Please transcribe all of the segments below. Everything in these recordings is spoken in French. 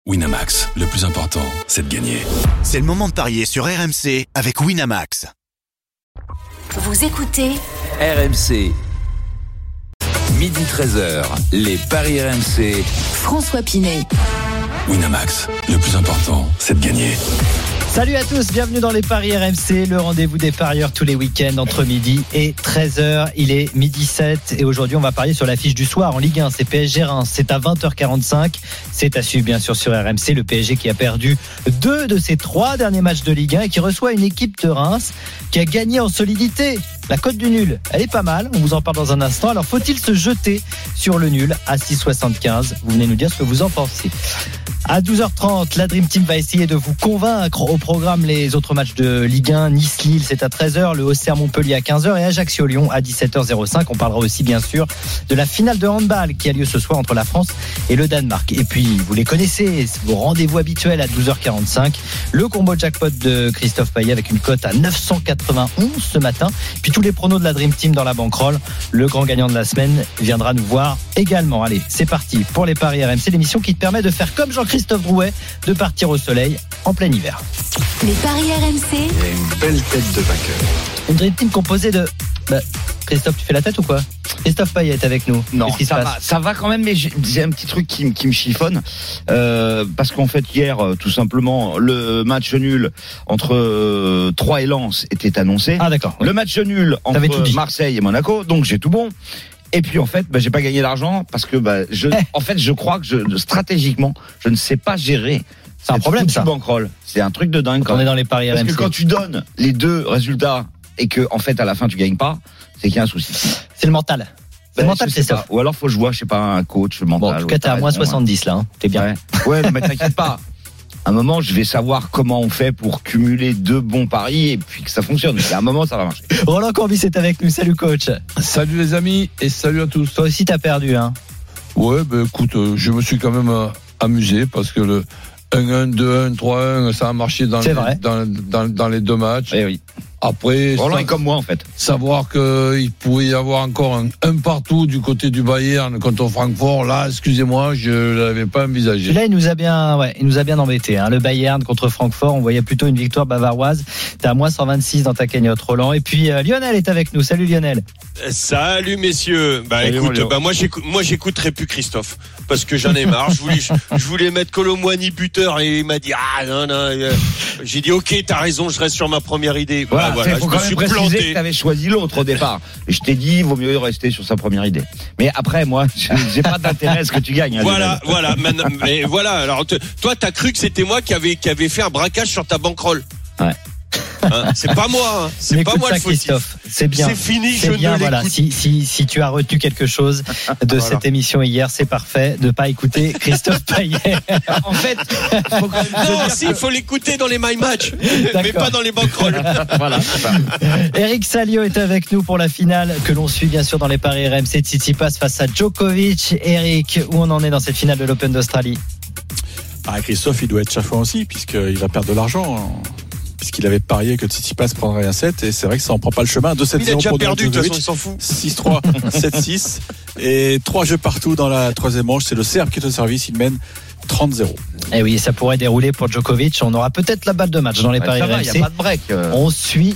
Winamax, le plus important, c'est de gagner. C'est le moment de parier sur RMC avec Winamax. Vous écoutez RMC. Midi 13h, les paris RMC. François Pinet. Winamax, le plus important, c'est de gagner. Salut à tous, bienvenue dans les paris RMC, le rendez-vous des parieurs tous les week-ends entre midi et 13h. Il est midi 7 et aujourd'hui on va parier sur l'affiche du soir en Ligue 1. C'est PSG Reims, c'est à 20h45. C'est à suivre bien sûr sur RMC, le PSG qui a perdu 2 de ses 3 derniers matchs de Ligue 1 et qui reçoit une équipe de Reims qui a gagné en solidité. La cote du nul, elle est pas mal, on vous en parle dans un instant. Alors faut-il se jeter sur le nul à 6,75 ? Vous venez nous dire ce que vous en pensez. À 12h30, la Dream Team va essayer de vous convaincre. Au programme, les autres matchs de Ligue 1, Nice-Lille, c'est à 13h, le Auxerre-Montpellier à 15h et Ajaccio-Lyon à 17h05. On parlera aussi, bien sûr, de la finale de handball qui a lieu ce soir entre la France et le Danemark. Et puis, vous les connaissez, vos rendez-vous habituels à 12h45. Le combo jackpot de Christophe Payet avec une cote à 991 ce matin. Puis tous les pronos de la Dream Team dans la banquerolle. Le grand gagnant de la semaine viendra nous voir également. Allez, c'est parti pour les paris RMC, l'émission qui te permet de faire comme Jean-Christophe Drouet, de partir au soleil en plein hiver. Les paris RMC. Il y a une belle tête de vainqueur. Une Dream Team composée de... Christophe, tu fais la tête ou quoi ? Christophe Payet est avec nous. Non, ça va quand même, mais j'ai un petit truc qui me chiffonne. Parce qu'en fait, hier, tout simplement, le match nul entre Troyes et Lens était annoncé. Ah d'accord. Oui. Le match nul entre Marseille et Monaco, donc j'ai tout bon. Et puis en fait, j'ai pas gagné d'argent parce que je crois que stratégiquement, je ne sais pas gérer. C'est un problème ça. Bankroll. C'est un truc de dingue. On est dans les paris RMC. Parce que quand tu donnes les deux résultats et que en fait à la fin tu gagnes pas, c'est qu'il y a un souci. C'est le mental. C'est le mental, c'est ça. Ou alors faut que je vois, je sais pas, un coach mental. Bon, en tout cas, t'es à moins 70 là. T'es bien. Ouais, mais t'inquiète pas. À un moment, je vais savoir comment on fait pour cumuler 2 bons paris et puis que ça fonctionne. À un moment, ça va marcher. Roland Courbis est avec nous. Salut coach. Salut les amis et salut à tous. Toi aussi, t'as perdu, hein ? Ouais, écoute, je me suis quand même amusé parce que le 1-1, 2-1, 3-1, ça a marché dans les 2 matchs. Eh oui. Après, Roland est comme moi en fait. Savoir qu'il pouvait y avoir encore un partout du côté du Bayern contre Francfort, là, excusez-moi, je ne l'avais pas envisagé. Là, il nous a bien embêté. Hein. Le Bayern contre Francfort, on voyait plutôt une victoire bavaroise. T'es à moins 126 dans ta cagnotte, Roland. Et puis Lionel est avec nous. Salut Lionel. Salut messieurs. Salut, écoute, moi j'écouterai plus Christophe parce que j'en ai marre. Je voulais mettre Colomboigny buteur et il m'a dit non. J'ai dit ok, t'as raison, je reste sur ma première idée. Voilà, je faut me quand suis même préciser planté. que t'avais choisi l'autre au départ. Et je t'ai dit, il vaut mieux rester sur sa première idée. Mais après, moi, j'ai pas d'intérêt à ce que tu gagnes. Hein, Voilà. Mais voilà. Alors toi, t'as cru que c'était moi qui avait fait un braquage sur ta banquerolle. Ouais. Hein, c'est pas moi. Hein. C'est pas moi le fautif. Christophe, c'est bien. C'est fini. C'est je bien, ne voilà. l'écoute. Si tu as retenu quelque chose de cette émission hier, c'est parfait de pas écouter Christophe Payet. En fait, faut quand même il faut l'écouter dans les My Match, mais pas dans les banquerolles. Voilà, c'est ça. Eric Salio est avec nous pour la finale que l'on suit bien sûr dans les paris RMC. Tsitsipas face à Djokovic. Eric, où on en est dans cette finale de l'Open d'Australie ? Christophe, il doit être chafouin aussi puisqu'il va perdre de l'argent. Puisqu'il avait parié que Tsitsipas prendrait un 7 et c'est vrai que ça en prend pas le chemin. 2-7-0 il a déjà pour perdu, de toute façon Djokovic, il s'en fout. 6-3, 7-6 et 3 jeux partout dans la 3e manche. C'est le Serbe qui est au service, il mène 30-0. Et oui, ça pourrait dérouler pour Djokovic. On aura peut-être la balle de match dans les paris RMC. Il n'y a pas de break. On suit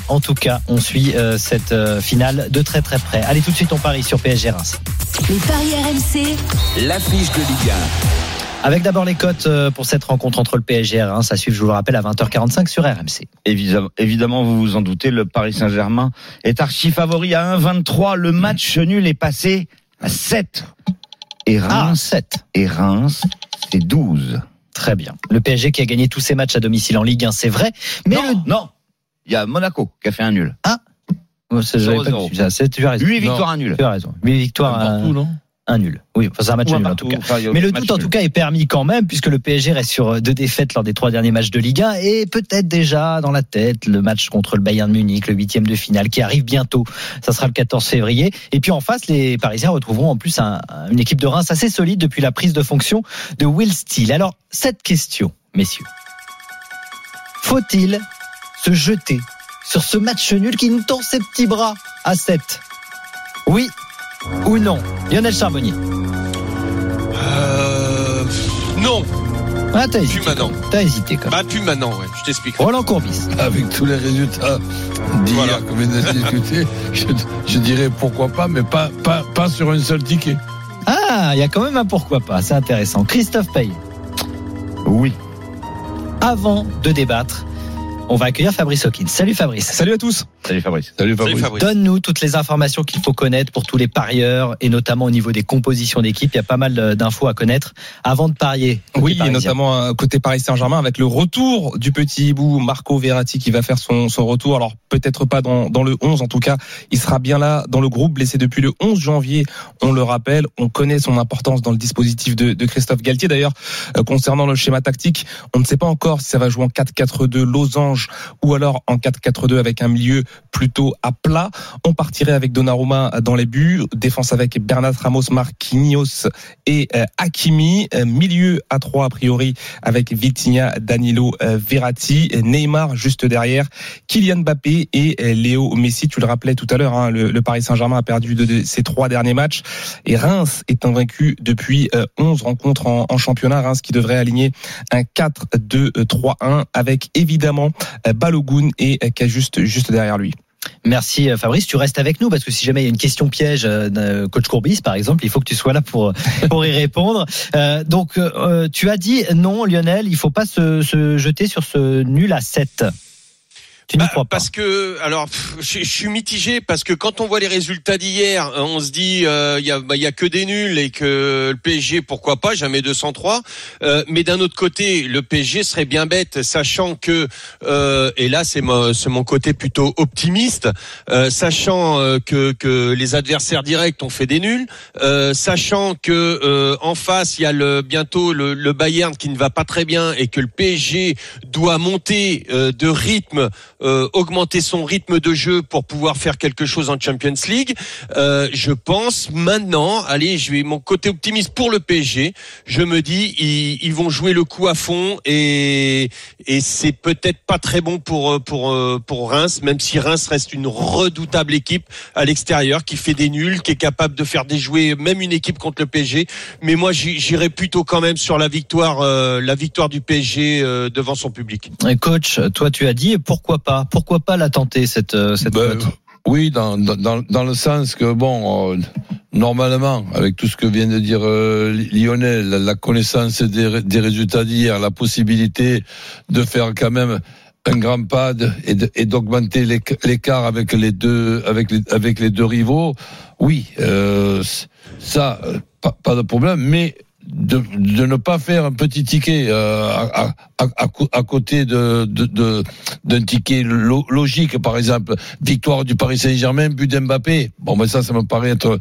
cette finale de très très près. Allez, tout de suite on parie sur PSG Reims. Les paris RMC. L'affiche de Ligue 1. Avec d'abord les cotes pour cette rencontre entre le PSG et Reims, à suivre, je vous le rappelle, à 20h45 sur RMC. Évidemment, vous vous en doutez, le Paris Saint-Germain est archi favori à 1,23. Le match nul est passé à 7. Et Reims, 7. Et Reims, c'est 12. Très bien. Le PSG qui a gagné tous ses matchs à domicile en Ligue 1, c'est vrai. Mais non. Il y a Monaco qui a fait un nul. Ah. J'avais pas vu ça. Tu as raison. 8 victoires, un nul. Tu as raison. 8 victoires, partout, non ? Un nul. Oui, c'est un match nul en tout cas. Mais le doute en tout cas est permis quand même puisque le PSG reste sur 2 défaites lors des 3 derniers matchs de Ligue 1 et peut-être déjà dans la tête le match contre le Bayern de Munich, le 8e de finale qui arrive bientôt. Ça sera le 14 février. Et puis en face, les Parisiens retrouveront en plus une équipe de Reims assez solide depuis la prise de fonction de Will Steele. Alors, cette question, messieurs. Faut-il se jeter sur ce match nul qui nous tend ses petits bras à 7 ? Oui ou non ? Lionel Charbonnier. Non. Ah, t'as hésité. Plus maintenant. T'as hésité quand même. Bah, plus maintenant, ouais. Je t'explique. Roland Courbis. Avec tous les résultats d'hier Voilà. qu'on vient de discuter, je dirais pourquoi pas, mais pas sur un seul ticket. Ah, il y a quand même un pourquoi pas. C'est intéressant. Christophe Payet. Oui. Avant de débattre, on va accueillir Fabrice Hawkins. Salut Fabrice. Salut à tous. Salut Fabrice. Salut Fabrice. Donne-nous toutes les informations qu'il faut connaître pour tous les parieurs et notamment au niveau des compositions d'équipe. Il y a pas mal d'infos à connaître avant de parier. Oui, parisien. et notamment côté Paris Saint-Germain avec le retour du petit hibou Marco Verratti qui va faire son retour. Alors peut-être pas dans le 11, en tout cas, il sera bien là dans le groupe, blessé depuis le 11 janvier. On le rappelle, on connaît son importance dans le dispositif de Christophe Galtier. D'ailleurs, concernant le schéma tactique, on ne sait pas encore si ça va jouer en 4-4-2 losange ou alors en 4-4-2 avec un milieu plutôt à plat. On partirait avec Donnarumma dans les buts, défense avec Bernat, Ramos, Marquinhos et Hakimi, milieu à 3 a priori avec Vitinha, Danilo, Verratti, Neymar juste derrière, Kylian Mbappé et Léo Messi. Tu le rappelais tout à l'heure, hein, le Paris Saint-Germain a perdu de ses 3 derniers matchs et Reims est invaincu depuis 11 rencontres en championnat. Reims qui devrait aligner un 4-2-3-1 avec évidemment Balogun et juste derrière lui. Merci Fabrice, tu restes avec nous parce que si jamais il y a une question piège, coach Courbis par exemple, il faut que tu sois là pour y répondre. Donc tu as dit non Lionel, il faut pas se jeter sur ce nul à 7. Tu n'y crois pas? Parce que, alors, je suis mitigé parce que quand on voit les résultats d'hier, on se dit, il y a que des nuls et que le PSG, pourquoi pas, jamais 203. Mais d'un autre côté, le PSG serait bien bête, sachant que, et là c'est mon côté plutôt optimiste, sachant que les adversaires directs ont fait des nuls, sachant que en face il y a bientôt le Bayern qui ne va pas très bien et que le PSG doit monter de rythme. Augmenter son rythme de jeu pour pouvoir faire quelque chose en Champions League. Je pense maintenant, allez, je vais mon côté optimiste pour le PSG. Je me dis, ils vont jouer le coup à fond et c'est peut-être pas très bon pour Reims, même si Reims reste une redoutable équipe à l'extérieur qui fait des nuls, qui est capable de faire déjouer même une équipe contre le PSG. Mais moi, j'irais plutôt quand même sur la victoire du PSG devant son public. Et coach, toi tu as dit pourquoi pas la tenter cette note? Oui, dans le sens que normalement, avec tout ce que vient de dire Lionel, la connaissance des résultats d'hier, la possibilité de faire quand même un grand pas et d'augmenter l'écart avec les deux rivaux, oui, ça pas de problème, mais de ne pas faire un petit ticket à côté d'un ticket logique, par exemple victoire du Paris Saint-Germain, but d'Mbappé. Ça me paraît être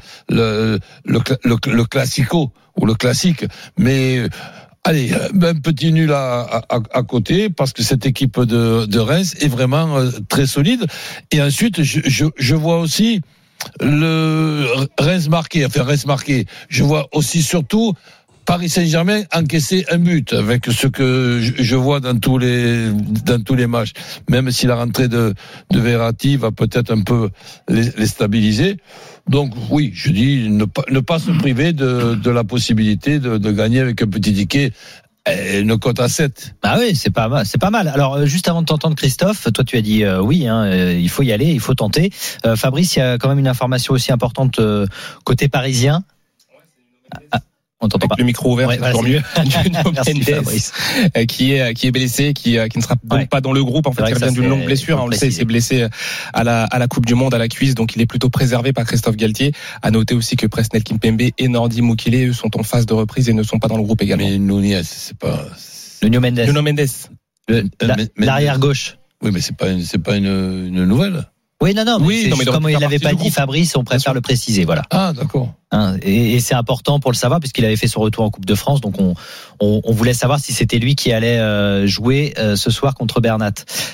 le classico ou le classique, mais allez, un petit nul à côté parce que cette équipe de Reims est vraiment très solide. Et ensuite, je vois aussi Reims marqué. Je vois aussi surtout Paris Saint-Germain encaisser un but avec ce que je vois dans tous les matchs, même si la rentrée de Verratti va peut-être un peu les stabiliser. Donc oui, je dis ne pas se priver de la possibilité de gagner avec un petit ticket. Une cote à 7. Ah oui, c'est pas mal. Alors juste avant de t'entendre Christophe, toi tu as dit oui, il faut y aller, il faut tenter. Fabrice, il y a quand même une information aussi importante côté parisien. On t'entend pas. Le micro ouvert, c'est toujours mieux. Merci Fabrice. Qui est blessé, qui ne sera donc pas dans le groupe. En fait, il revient d'une longue blessure. On le sait, il s'est blessé à la Coupe du Monde, à la cuisse, donc il est plutôt préservé par Christophe Galtier. À noter aussi que Presnel Kimpembe et Nordi Mukele, eux, sont en phase de reprise et ne sont pas dans le groupe également. Mais Nunez, c'est pas. Nuno Mendes. L'arrière gauche. Oui, mais c'est pas une nouvelle. Oui, non, mais comme il l'avait pas dit Fabrice, on préfère le préciser, voilà. Ah, d'accord. Et c'est important pour le savoir puisqu'il avait fait son retour en Coupe de France, donc on voulait savoir si c'était lui qui allait jouer ce soir contre Bernat,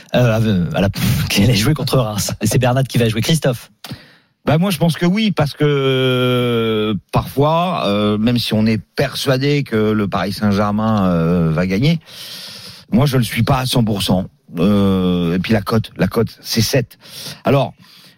qui allait jouer contre Reims. Et c'est Bernat qui va jouer. Christophe. Moi je pense que oui, parce que parfois, même si on est persuadé que le Paris Saint-Germain va gagner, moi je le suis pas à 100%. Et puis la cote c'est 7. Alors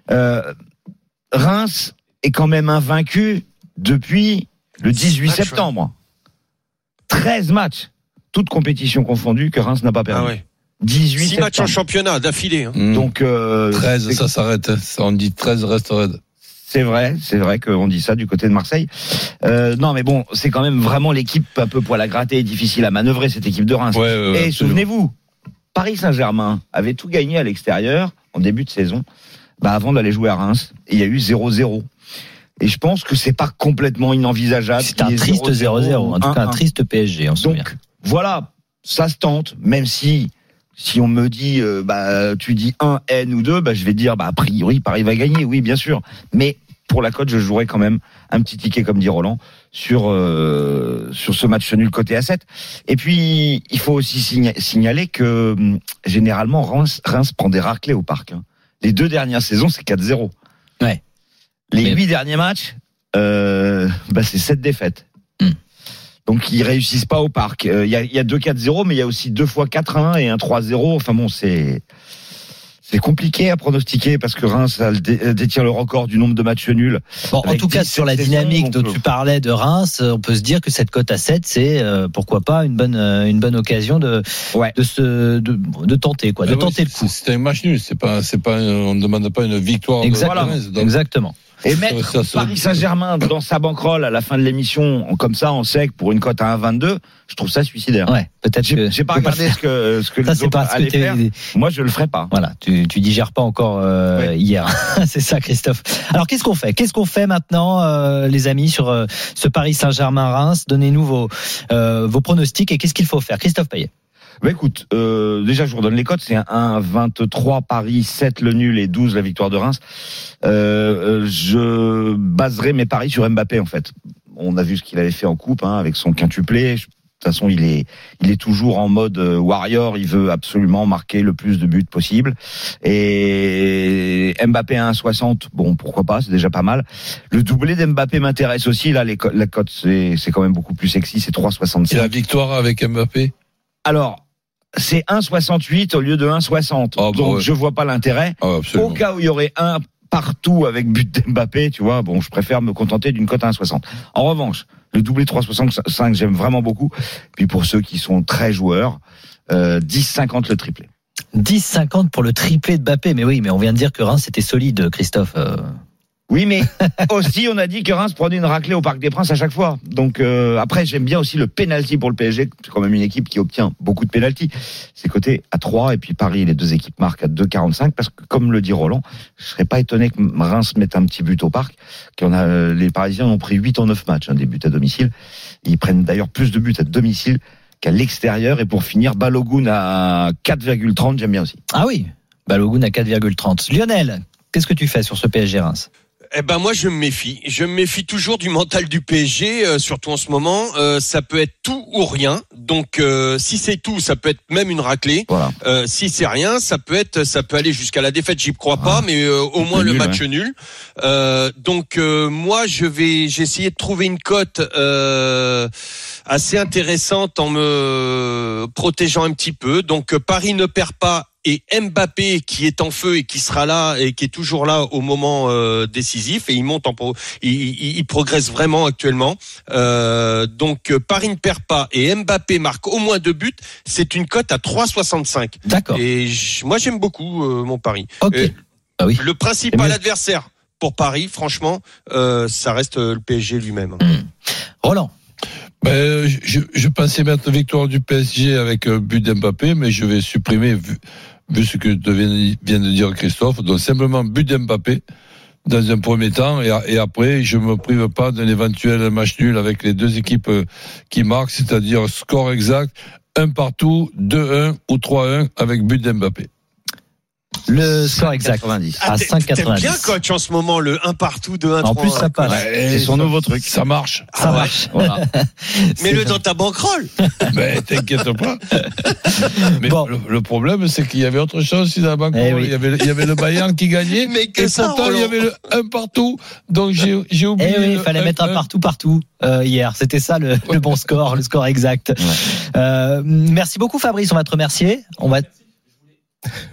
Reims est quand même invaincu depuis le 18 septembre. 13 matchs. toutes compétitions confondues, que Reims n'a pas perdu. Ah ouais. 18 6 matchs en septembre. championnat d'affilée. Donc 13, ça s'arrête. On dit 13 reste raide. c'est vrai qu'on dit ça du côté de Marseille. Non, mais bon, c'est quand même vraiment l'équipe un peu poil à gratter et difficile à manœuvrer, cette équipe de Reims. Ouais, et souvenez-vous, Paris Saint-Germain avait tout gagné à l'extérieur en début de saison, avant d'aller jouer à Reims. Et il y a eu 0-0. Et je pense que c'est pas complètement inenvisageable. C'est un triste 0-0, en tout cas un triste PSG, on se souvient. Donc voilà, ça se tente, même si on me dit, tu dis 1 N ou 2, je vais dire, a priori, Paris va gagner, oui, bien sûr. Mais pour la cote, je jouerai quand même un petit ticket, comme dit Roland, sur ce match nul côté A7. Et puis, il faut aussi signaler que, généralement, Reims prend des raclées au parc. Les 2 dernières saisons, c'est 4-0. Ouais. Les 8 derniers matchs, c'est 7 défaites. Donc ils réussissent pas au parc. Il y a 2 4-0, mais il y a aussi 2 fois 4-1 et un 3-0. Enfin bon, c'est compliqué à pronostiquer parce que Reims détient le record du nombre de matchs nuls. Bon, en tout cas, sur la dynamique dont tu parlais de Reims, on peut se dire que cette cote à 7, c'est pourquoi pas une bonne occasion de tenter quoi, de tenter le coup. C'est un match nul, c'est pas on ne demande pas une victoire. Exactement. Et mettre Paris Saint-Germain dans sa banquerolle à la fin de l'émission, comme ça, en sec, pour une cote à 1,22, je trouve ça suicidaire. Ouais, peut-être que j'ai pas regardé ce que ça, les autres allaient faire. Moi, je le ferai pas. Voilà, tu digères pas encore hier. C'est ça, Christophe. Alors, qu'est-ce qu'on fait maintenant, les amis, sur ce Paris Saint-Germain-Reims? Donnez-nous vos pronostics et qu'est-ce qu'il faut faire, Christophe Payet? Écoute, déjà je vous redonne les cotes, c'est 1,23 Paris, 7 le nul et 12 la victoire de Reims. Je baserai mes paris sur Mbappé en fait. On a vu ce qu'il avait fait en coupe avec son quintuplé. De toute façon, il est toujours en mode warrior, il veut absolument marquer le plus de buts possible. Et Mbappé à 1,60, bon pourquoi pas, c'est déjà pas mal. Le doublé d'Mbappé m'intéresse aussi, là la cote c'est quand même beaucoup plus sexy, c'est 3,65. Et la victoire avec Mbappé? Alors, c'est 1,68 au lieu de 1,60. Donc, je vois pas l'intérêt. Au cas où il y aurait un partout avec but d'Mbappé, tu vois, je préfère me contenter d'une cote à 1,60. En revanche, le doublé 3,65, j'aime vraiment beaucoup. Puis pour ceux qui sont très joueurs, 10,50 le triplé. 10,50 pour le triplé de Mbappé. Mais oui, mais on vient de dire que Reims c'était solide, Christophe. Oui, mais aussi on a dit que Reims prenait une raclée au Parc des Princes à chaque fois. Donc après j'aime bien aussi le penalty pour le PSG. C'est quand même une équipe qui obtient beaucoup de penalty. C'est coté à 3 et puis Paris, les 2 équipes marquent à 2,45 parce que comme le dit Roland, je serais pas étonné que Reims mette un petit but au Parc. Les Parisiens ont pris 8 en 9 matchs des buts à domicile. Ils prennent d'ailleurs plus de buts à domicile qu'à l'extérieur. Et pour finir, Balogun à 4,30, j'aime bien aussi. Ah oui, Balogun à 4,30. Lionel, qu'est-ce que tu fais sur ce PSG Reims? Moi je me méfie. Je me méfie toujours du mental du PSG, surtout en ce moment. Ça peut être tout ou rien. Donc si c'est tout, ça peut être même une raclée. Voilà. Si c'est rien, ça peut aller jusqu'à la défaite. J'y crois pas, mais au moins le match nul. Donc moi j'ai essayé de trouver une cote assez intéressante en me protégeant un petit peu. Donc Paris ne perd pas. Et Mbappé qui est en feu et qui sera là et qui est toujours là au moment décisif et il progresse vraiment actuellement. Donc Paris ne perd pas et Mbappé marque au moins 2 buts. C'est une cote à 3,65. D'accord. Et moi j'aime beaucoup mon pari. Ok. Oui. Le principal adversaire pour Paris, franchement, ça reste le PSG lui-même. Roland. Je pensais mettre la victoire du PSG avec un but d'Mbappé, mais je vais supprimer, vu ce que vient de dire Christophe, donc simplement but d'Mbappé dans un premier temps, et après, je me prive pas d'un éventuel match nul avec les 2 équipes qui marquent, c'est-à-dire score exact, 1 partout, 2-1 ou 3-1 avec but d'Mbappé. Le score exact 90. à 5,90. T'aimes bien coach en ce moment le 1 partout, 2-1, 3. En plus ça passe. C'est son nouveau truc. Ça marche. Ça marche. Voilà. Mets-le dans ta banquerolle. Mais t'inquiète pas. Mais bon. le problème, c'est qu'il y avait autre chose aussi dans la banquerolle. Oui. Il y avait le Bayern qui gagnait. Mais que et ça, pourtant, Roland. il y avait le 1 partout. Donc j'ai oublié. Il fallait mettre un partout hier. C'était ça le bon score, le score exact. Ouais. Merci beaucoup Fabrice, on va te remercier.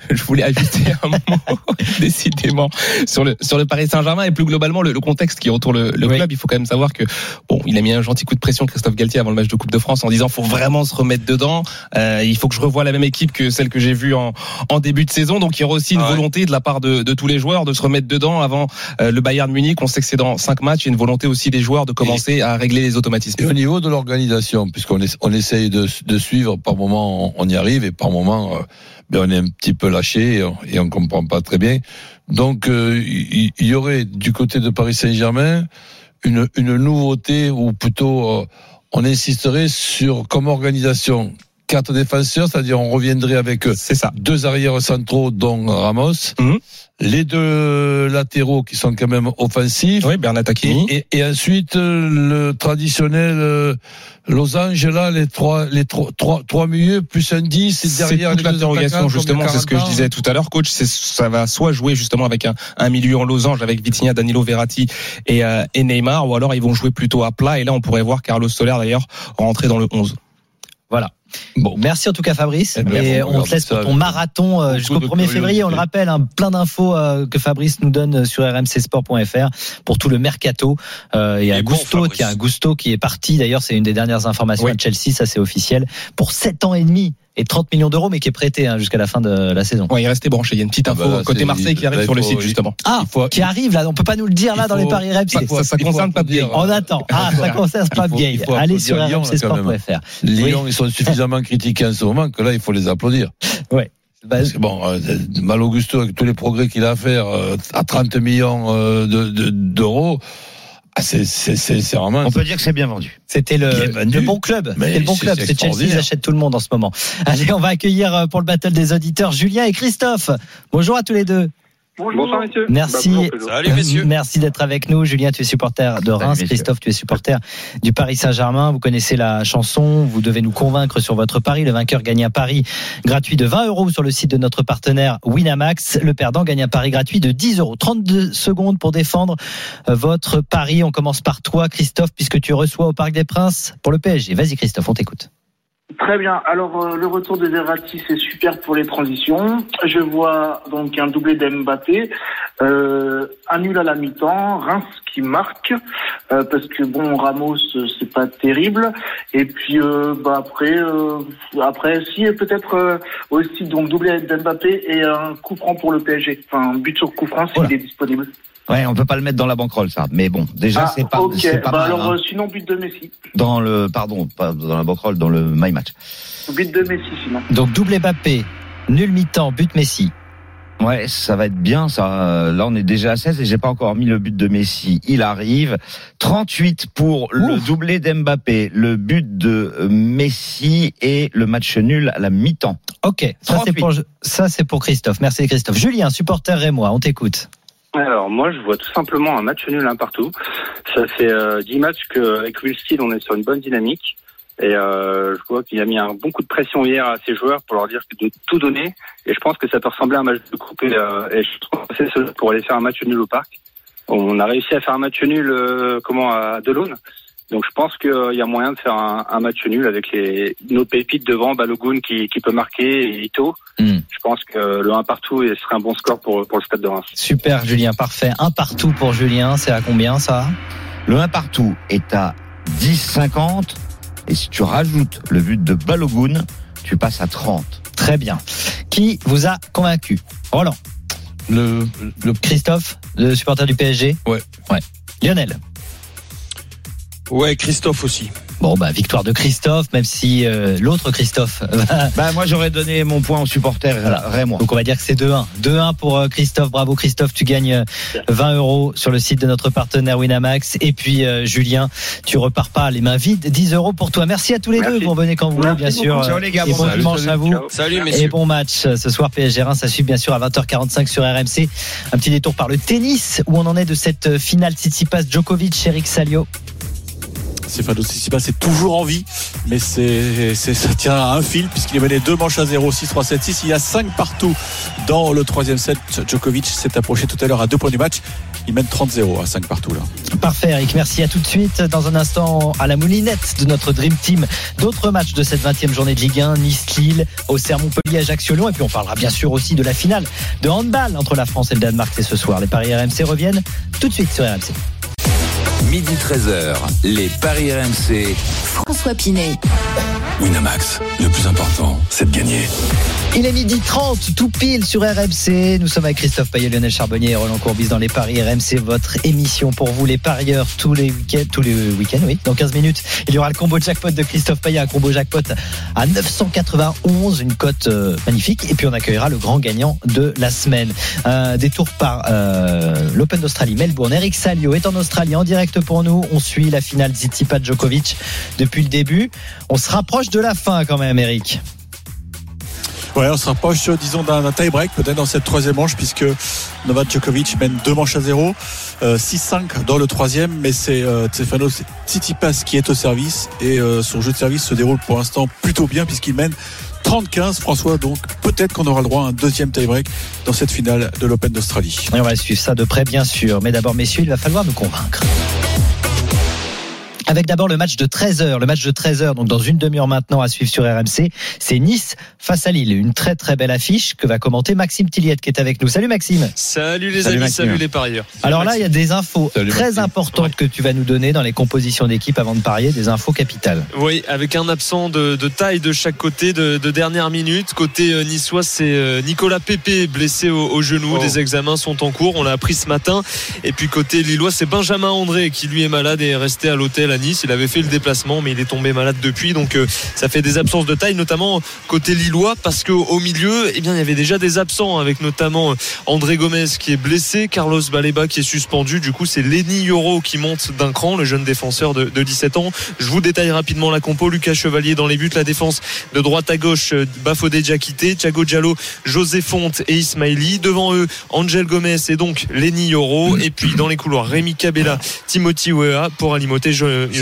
je voulais ajouter un mot, décidément, sur le Paris Saint-Germain et plus globalement le contexte qui entoure le club. Il faut quand même savoir que, bon, il a mis un gentil coup de pression, Christophe Galtier, avant le match de Coupe de France, en disant faut vraiment se remettre dedans. Il faut que je revoie la même équipe que celle que j'ai vue en début de saison. Donc il y aura aussi une volonté de la part de tous les joueurs de se remettre dedans avant le Bayern Munich. On sait que c'est dans 5 matchs. Il y a une volonté aussi des joueurs de commencer à régler les automatismes. Et au niveau de l'organisation, puisqu'on essaye de suivre, par moment on y arrive et par moment on est un petit peu lâché et on comprend pas très bien. Donc il y aurait du côté de Paris Saint-Germain une nouveauté, ou plutôt on insisterait sur comme organisation 4 défenseurs, c'est-à-dire on reviendrait avec 2 arrières centraux dont Ramos, les 2 latéraux qui sont quand même offensifs, Bernat Hakimi, et ensuite le traditionnel losange là, les trois milieux plus un 10 et derrière c'est toute les 2 l'interrogation justement, c'est ce que je ans. disais tout à l'heure, coach. Ça va soit jouer justement avec un milieu en losange avec Vitinha, Danilo, Verratti et Neymar, ou alors ils vont jouer plutôt à plat, et là on pourrait voir Carlos Soler d'ailleurs rentrer dans le 11. Voilà. Bon. Merci en tout cas Fabrice, Et on te laisse pour ton marathon jusqu'au 1er février, on le rappelle, plein d'infos que Fabrice nous donne sur rmcsport.fr pour tout le mercato. Il y a Gusto qui est parti, d'ailleurs c'est une des dernières informations à Chelsea, ça c'est officiel, pour 7 ans et demi et 30 millions d'euros, mais qui est prêté jusqu'à la fin de la saison. Il est resté branché. Il y a une petite info côté Marseille qui arrive sur le site justement. Qui arrive là, on peut pas nous le dire là dans les paris RMC. Ça concerne Pape Gay. On attend. Ça concerne Pape Gay. Allez sur rmcsport.fr. Lyon, ils sont suffisamment critiqués en ce moment que là il faut les applaudir. Ouais. Parce que bon, Malo Gusto avec tous les progrès qu'il a à faire à 30 millions d'euros. C'est vraiment. On peut dire que c'est bien vendu. C'était le bon club. C'était le bon club. C'est Chelsea, ils achètent tout le monde en ce moment. Allez, on va accueillir pour le battle des auditeurs Julien et Christophe. Bonjour à tous les deux. Bonjour messieurs. Merci. Salut messieurs. Merci d'être avec nous. Julien, tu es supporter de Reims. Christophe, tu es supporter du Paris Saint-Germain. Vous connaissez la chanson. Vous devez nous convaincre sur votre pari. Le vainqueur gagne un pari gratuit de 20 € sur le site de notre partenaire Winamax. Le perdant gagne un pari gratuit de 10 €. 32 secondes pour défendre votre pari. On commence par toi, Christophe, puisque tu reçois au Parc des Princes pour le PSG. Vas-y, Christophe, on t'écoute. Très bien. Alors, le retour de Verratti, c'est super pour les transitions. Je vois donc un doublé d'Mbappé, un nul à la mi-temps, Reims qui marque, parce que bon, Ramos, c'est pas terrible. Et puis, après, si, peut-être aussi donc doublé d'Mbappé et un coup franc pour le PSG. Enfin, un but sur coup franc s'il est disponible. Ouais, on peut pas le mettre dans la banquerolle, ça. Mais bon, déjà, c'est pas, okay. C'est pas mal. Alors, hein. Sinon, but de Messi. Pas dans la banquerolle, dans le My Match. But de Messi, sinon. Donc, double Mbappé, nul mi-temps, but Messi. Ouais, ça va être bien, ça. Là, on est déjà à 16 et j'ai pas encore mis le but de Messi. Il arrive. 38 pour le doublé d'Mbappé, le but de Messi et le match nul à la mi-temps. Ok. Ça, c'est pour Christophe. Merci, Christophe. Julien, supporter rémois, on t'écoute. Alors moi je vois tout simplement un match nul partout. Ça fait 10 matchs qu'avec Will Steele on est sur une bonne dynamique et je vois qu'il a mis un bon coup de pression hier à ses joueurs pour leur dire de tout donner et je pense que ça peut ressembler à un match de coupe et je trouve que c'est ça pour aller faire un match nul au parc. On a réussi à faire un match nul à Delaune. Donc je pense qu'il y a moyen de faire un match nul avec nos pépites devant, Balogun qui peut marquer et Ito. Je pense que le 1 partout serait un bon score pour le Stade de Reims. Super Julien, parfait. 1 partout pour Julien, c'est à combien ça ? Le 1 partout est à 10,50 et si tu rajoutes le but de Balogun, tu passes à 30. Très bien. Qui vous a convaincu ? Roland. Le Christophe, le supporter du PSG ? Ouais. Lionel. Ouais, Christophe aussi. Bon, victoire de Christophe, même si l'autre Christophe... moi, j'aurais donné mon point au supporter rémois. Donc, on va dire que c'est 2-1. 2-1 pour Christophe. Bravo, Christophe. Tu gagnes 20 € sur le site de notre partenaire Winamax. Et puis, Julien, tu repars pas les mains vides. 10 € pour toi. Merci à tous les deux. Vous revenez quand vous voulez, bien sûr. Ciao, les gars. Et bon dimanche à vous. Salut, messieurs. Et bon match ce soir, PSG Reims. Ça suit, bien sûr, à 20h45 sur RMC. Un petit détour par le tennis. Où on en est de cette finale Tsitsipas-Djokovic, Eric Salio. Stefanos Tsitsipas est toujours en vie, mais ça tient à un fil puisqu'il est mené 2 manches à 0, 6-3, 7-6. Il y a 5 partout dans le troisième set. Djokovic s'est approché tout à l'heure à 2 points du match. Il mène 30-0 à 5 partout là. Parfait Eric, merci. À tout de suite. Dans un instant, à la moulinette de notre Dream Team, d'autres matchs de cette 20e journée de Ligue 1, Nice-Lille, Auxerre, Montpellier, Ajaccio-Lyon. Et puis on parlera bien sûr aussi de la finale de handball entre la France et le Danemark. C'est ce soir. Les paris RMC reviennent tout de suite sur RMC. Midi 13h, les paris RMC. François Pinet. Winamax, le plus important, c'est de gagner. Il est 12h30, tout pile sur RMC. Nous sommes avec Christophe Payet, Lionel Charbonnier et Roland Courbis dans les paris RMC, votre émission pour vous les parieurs tous les week-ends, oui. Dans 15 minutes, il y aura le combo jackpot de Christophe Payet, un combo jackpot à 991, une cote magnifique. Et puis on accueillera le grand gagnant de la semaine. Détour par l'Open d'Australie, Melbourne. Eric Salio est en Australie en direct pour nous. On suit la finale Tsitsipas-Djokovic depuis le début. On se rapproche de la fin quand même, Eric. Ouais, on se rapproche, disons, d'un tie-break peut-être dans cette troisième manche, puisque Novak Djokovic mène 2 manches à 0, 6-5 dans le troisième, mais c'est Stefanos Tsitsipas qui est au service et son jeu de service se déroule pour l'instant plutôt bien puisqu'il mène 30-15, François, donc peut-être qu'on aura le droit à un deuxième tie-break dans cette finale de l'Open d'Australie. Et on va suivre ça de près, bien sûr, mais d'abord, messieurs, il va falloir nous convaincre. Avec d'abord le match de 13h, donc dans une demi-heure maintenant à suivre sur RMC, c'est Nice face à Lille. Une très très belle affiche que va commenter Maxime Tilliette qui est avec nous. Salut Maxime. Salut les amis, Maxime. Salut les parieurs. Alors là, il y a des infos très importantes que tu vas nous donner dans les compositions d'équipe avant de parier, des infos capitales. Oui, avec un absent de taille de chaque côté de dernière minute. Côté niçois, c'est Nicolas Pépé blessé au genou. Des examens sont en cours, on l'a appris ce matin. Et puis côté lillois, c'est Benjamin André qui lui est malade et est resté à l'hôtel à Nice. Il avait fait le déplacement mais il est tombé malade depuis, donc ça fait des absences de taille, notamment côté lillois, parce qu'au milieu il y avait déjà des absents, avec notamment André Gomez qui est blessé, Carlos Baleba qui est suspendu. Du coup c'est Lenny Yoro qui monte d'un cran, le jeune défenseur de 17 ans. Je vous détaille rapidement la compo. Lucas Chevalier dans les buts, la défense de droite à gauche, Bafodé Diakité, Thiago Diallo, José Fonte et Ismaili. Devant eux Angel Gomez et donc Lenny Yoro, et puis dans les couloirs Rémi Cabella, Timothy Weah pour alimenter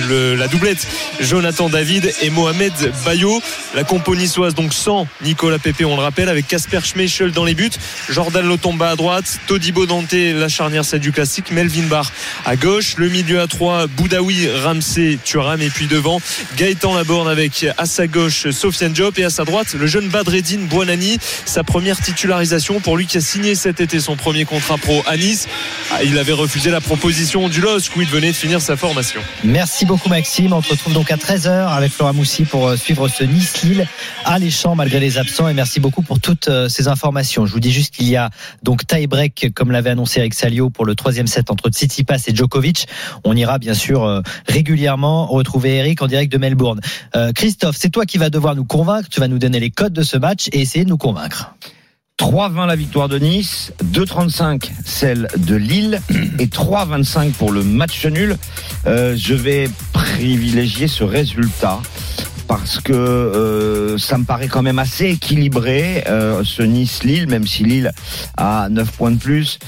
la doublette Jonathan David et Mohamed Bayo. La compo niçoise donc sans Nicolas Pépé, on le rappelle, avec Kasper Schmeichel dans les buts, Jordan Lotomba à droite, Todibo Dante, la charnière celle du classique, Melvin Barr à gauche, le milieu à 3, Boudaoui, Ramsey, Thuram, et puis devant Gaëtan Laborde avec à sa gauche Sofiane Diop et à sa droite le jeune Badreddine Bouanani, sa première titularisation pour lui qui a signé cet été son premier contrat pro à Nice. Il avait refusé la proposition du LOSC où il venait de finir sa formation. Merci beaucoup Maxime, on se retrouve donc à 13h avec Flora Moussi pour suivre ce Nice-Lille alléchant malgré les absents, et merci beaucoup pour toutes ces informations. Je vous dis juste qu'il y a donc tie-break comme l'avait annoncé Eric Salio pour le troisième set entre Tsitsipas et Djokovic. On ira bien sûr régulièrement retrouver Eric en direct de Melbourne. Christophe, c'est toi qui vas devoir nous convaincre, tu vas nous donner les codes de ce match et essayer de nous convaincre. 3,20 la victoire de Nice, 2,35 celle de Lille et 3,25 pour le match nul. Je vais privilégier ce résultat parce que ça me paraît quand même assez équilibré, ce Nice-Lille, même si Lille a 9 points de plus.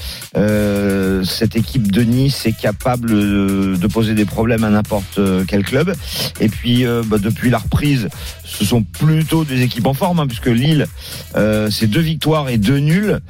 Cette équipe de Nice est capable de poser des problèmes à n'importe quel club. Et puis depuis la reprise, ce sont plutôt des équipes en forme, puisque Lille, c'est 2 victoires et 2 nuls.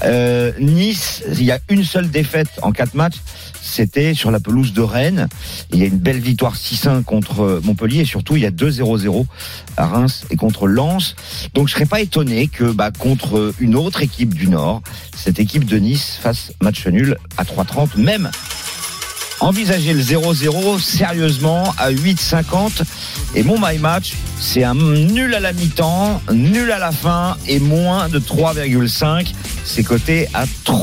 Nice, il y a une seule défaite en 4 matchs, c'était sur la pelouse de Rennes. Il y a une belle victoire 6-1 contre Montpellier, et surtout il y a 2-0-0 à Reims et contre Lens. Donc je serais pas étonné que contre une autre équipe du Nord, cette équipe de Nice fasse match nul à 3,30, même envisager le 0-0 sérieusement à 8,50. Et mon my match, c'est un nul à la mi-temps, nul à la fin et moins de 3,5. C'est coté à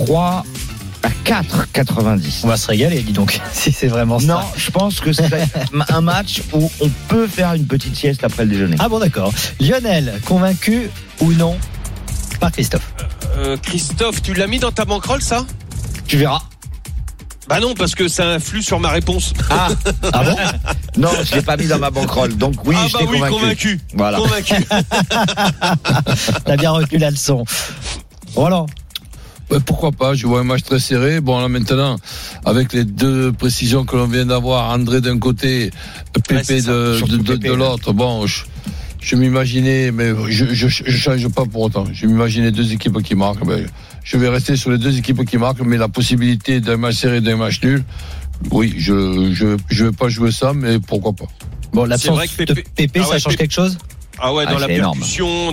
4,90. On va se régaler, dis donc, si c'est vraiment ça. Non, je pense que c'est un match où on peut faire une petite sieste après le déjeuner. Ah bon, d'accord. Lionel, convaincu ou non par Christophe? Christophe, tu l'as mis dans ta banquerolle, ça? Tu verras. Bah non, parce que ça influe sur ma réponse. Ah bon? Non, je l'ai pas mis dans ma banquerolle. Donc oui, je t'ai convaincu. Voilà. Convaincu. T'as bien retenu la leçon. Roland. Pourquoi pas, je vois un match très serré. Bon, là maintenant, avec les deux précisions que l'on vient d'avoir, André d'un côté, Pépé de l'autre, bon, je m'imaginais, mais je change pas pour autant. Je m'imaginais deux équipes qui marquent. Ben, je vais rester sur les deux équipes qui marquent, mais la possibilité d'un match serré, d'un match nul, oui, je vais pas jouer ça, mais pourquoi pas. Bon, l'absence de Pépé, ça change quelque chose? Ah ouais, dans la percussion,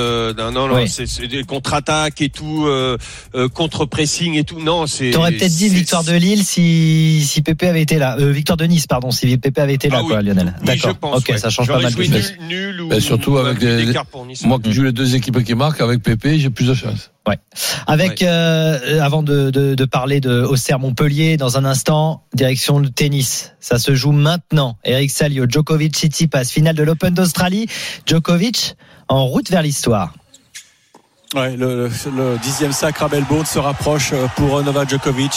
c'est des contre-attaques et tout, contre-pressing et tout. Non, c'est. T'aurais peut-être dit victoire de Lille si Pépé avait été là. Victoire de Nice, pardon, si Pépé avait été là, quoi, Lionel. Oui, d'accord. Je pense, ok, ça change pas mal de choses. Nul ou surtout avec moi qui joue les deux équipes qui marquent, avec Pépé, j'ai plus de chance. Ouais. Avec avant de parler de Auxerre Montpellier dans un instant, direction le tennis. Ça se joue maintenant. Eric Salio, Djokovic, Tsitsipas, finale de l'Open d'Australie. Djokovic en route vers l'histoire. Ouais, le 10e sacre à Melbourne se rapproche pour Novak Djokovic.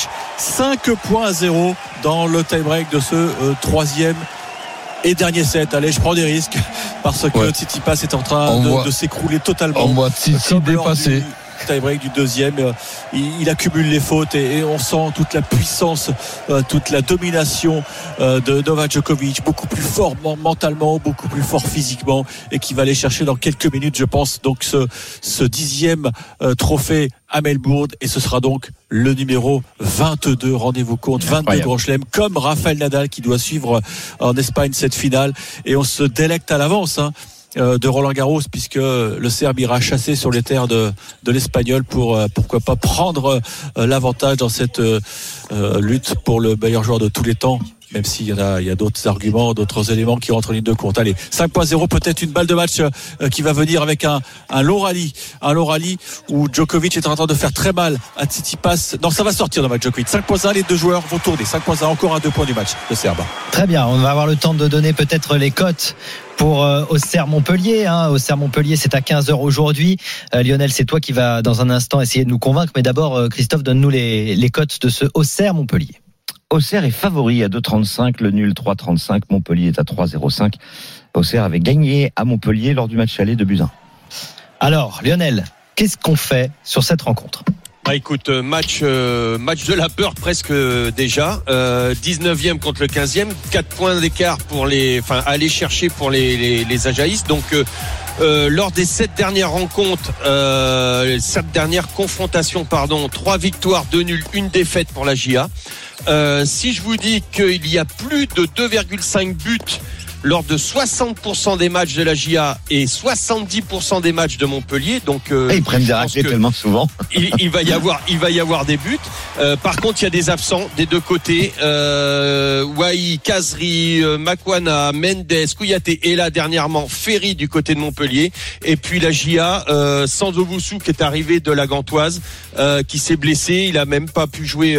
5-0 dans le tie-break de ce troisième et dernier set. Allez, je prends des risques parce que Tsitsipas est en train de s'écrouler totalement. On voit Tsitsipas dépasser. Tie-break du deuxième, il accumule les fautes et on sent toute la puissance, toute la domination de Novak Djokovic, beaucoup plus fort mentalement, beaucoup plus fort physiquement, et qui va aller chercher dans quelques minutes, je pense, donc ce 10e trophée à Melbourne, et ce sera donc le numéro 22, rendez-vous compte, 22 Grand Chelem, comme Rafael Nadal qui doit suivre en Espagne cette finale, et on se délecte à l'avance de Roland Garros, puisque le Serbe ira chasser sur les terres de l'Espagnol pour pourquoi pas prendre l'avantage dans cette lutte pour le meilleur joueur de tous les temps, même s'il y a d'autres arguments, d'autres éléments qui rentrent en ligne de compte. Allez, 5.0, peut-être une balle de match qui va venir avec un long rallye où Djokovic est en train de faire très mal à Tsitsipas. Non, ça va sortir dans le match Djokovic. 5.1, les deux joueurs vont tourner. 5.1, encore à 2 points du match de Serbe. Très bien, on va avoir le temps de donner peut-être les cotes pour Auxerre Montpellier. Auxerre Montpellier, c'est à 15h aujourd'hui. Lionel, c'est toi qui vas dans un instant essayer de nous convaincre, mais d'abord Christophe, donne-nous les cotes de ce Auxerre Montpellier. Auxerre est favori à 2,35, le nul 3,35, Montpellier est à 3,05. Auxerre avait gagné à Montpellier lors du match aller de Buzyn. Alors Lionel, qu'est-ce qu'on fait sur cette rencontre ? Écoute, match de la peur presque déjà. 19e contre le 15e, 4 points d'écart pour aller chercher pour les Ajaïs. Donc lors des 7 dernières rencontres, 7 dernières confrontations, 3 victoires, 2 nuls, 1 défaite pour la GIA. Si je vous dis qu'il y a plus de 2,5 buts lors de 60% des matchs de la GIA et 70% des matchs de Montpellier, donc ils prennent des raclés tellement souvent. il va y avoir des buts. Par contre, il y a des absents des deux côtés. Wai, Kazri, Makwana, Mendes, Kouyaté et là dernièrement Ferry du côté de Montpellier. Et puis la GIA, Sanzovusu qui est arrivé de la Gantoise, qui s'est blessé. Il a même pas pu jouer.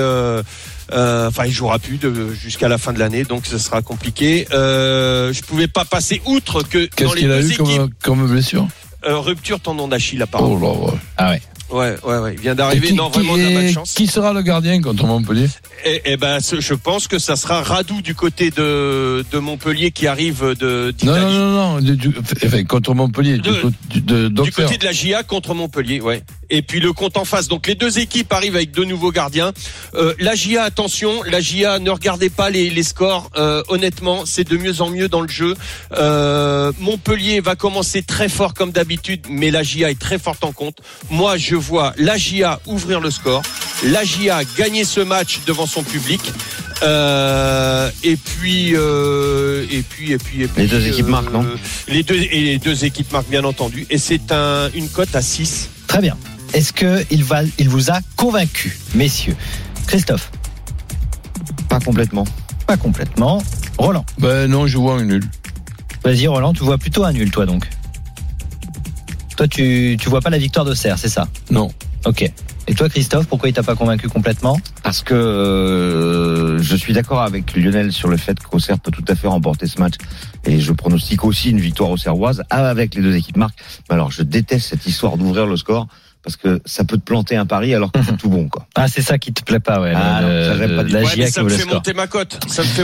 Il jouera plus jusqu'à la fin de l'année, donc ce sera compliqué. Je pouvais pas passer outre que dans les deux équipes. Qu'est-ce qu'il a eu comme blessure? Rupture tendon d'Achille apparemment. Oh là, ouais. Ah ouais. Ouais. Il vient d'arriver. Vraiment, il a pas de chance. Qui sera le gardien contre Montpellier? Je pense que ça sera Radou du côté de Montpellier qui arrive d'Italie. Non. Contre Montpellier. Du côté de la GIA contre Montpellier, ouais. Et puis le compte en face. Donc les deux équipes arrivent avec deux nouveaux gardiens. La GIA, attention, la GIA, ne regardez pas les scores. Honnêtement, c'est de mieux en mieux dans le jeu. Montpellier va commencer très fort comme d'habitude, mais la GIA est très forte en compte. Moi, je vois la GIA ouvrir le score, la GIA gagner ce match devant son public. Et puis les deux équipes marquent, non? Les deux équipes marquent, bien entendu. Et c'est une cote à 6. Très bien. Est-ce que il vous a convaincu, messieurs? Christophe? Pas complètement. Roland? Non, je vois un nul. Vas-y Roland, tu vois plutôt un nul, toi donc. Toi, tu vois pas la victoire d'Auxerre, c'est ça? Non. Ok. Et toi, Christophe, pourquoi il t'a pas convaincu complètement? Parce que je suis d'accord avec Lionel sur le fait qu'Auxerre peut tout à fait remporter ce match. Et je pronostique aussi une victoire auxerroise avec les deux équipes marques. Mais alors, je déteste cette histoire d'ouvrir le score parce que ça peut te planter un pari alors que c'est tout bon, quoi. Ah, c'est ça qui te plaît pas, ouais. Ça j'aime pas du tout. Ça me fait monter ma cote.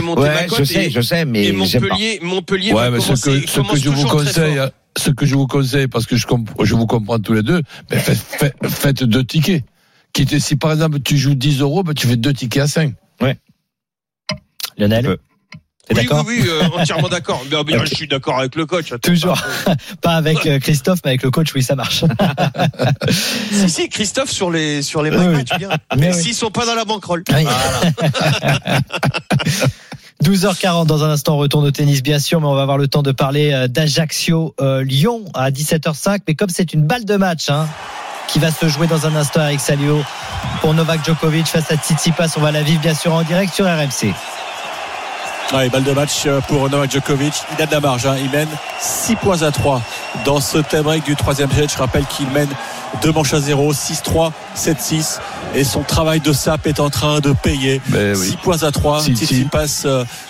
Je sais, mais et Montpellier va commencer. Ce que je vous conseille, parce que je vous comprends tous les deux, faites 2 tickets. Si par exemple tu joues 10 €, ben, tu fais 2 tickets à 5. Ouais. Lionel? T'es d'accord? Oui, entièrement d'accord. Bien, je suis d'accord avec le coach. Toujours. Pas avec Christophe, mais avec le coach, oui, ça marche. si, Christophe sur les matchs, bien. Mais s'ils sont pas dans la banquerolle. Oui. Voilà. 12h40 dans un instant, on retourne au tennis bien sûr, mais on va avoir le temps de parler d'Ajaccio Lyon à 17h05. Mais comme c'est une balle de match qui va se jouer dans un instant, Eric Salio, pour Novak Djokovic face à Tsitsipas, on va la vivre bien sûr en direct sur RMC. Ouais, balle de match pour Novak Djokovic. Il a de la marge, il mène 6-3 dans ce tie-break du 3e set. Je rappelle qu'il mène 2 manches à 0, 6-3, 7-6, et son travail de sape est en train de payer. 6-3. Tsitsipas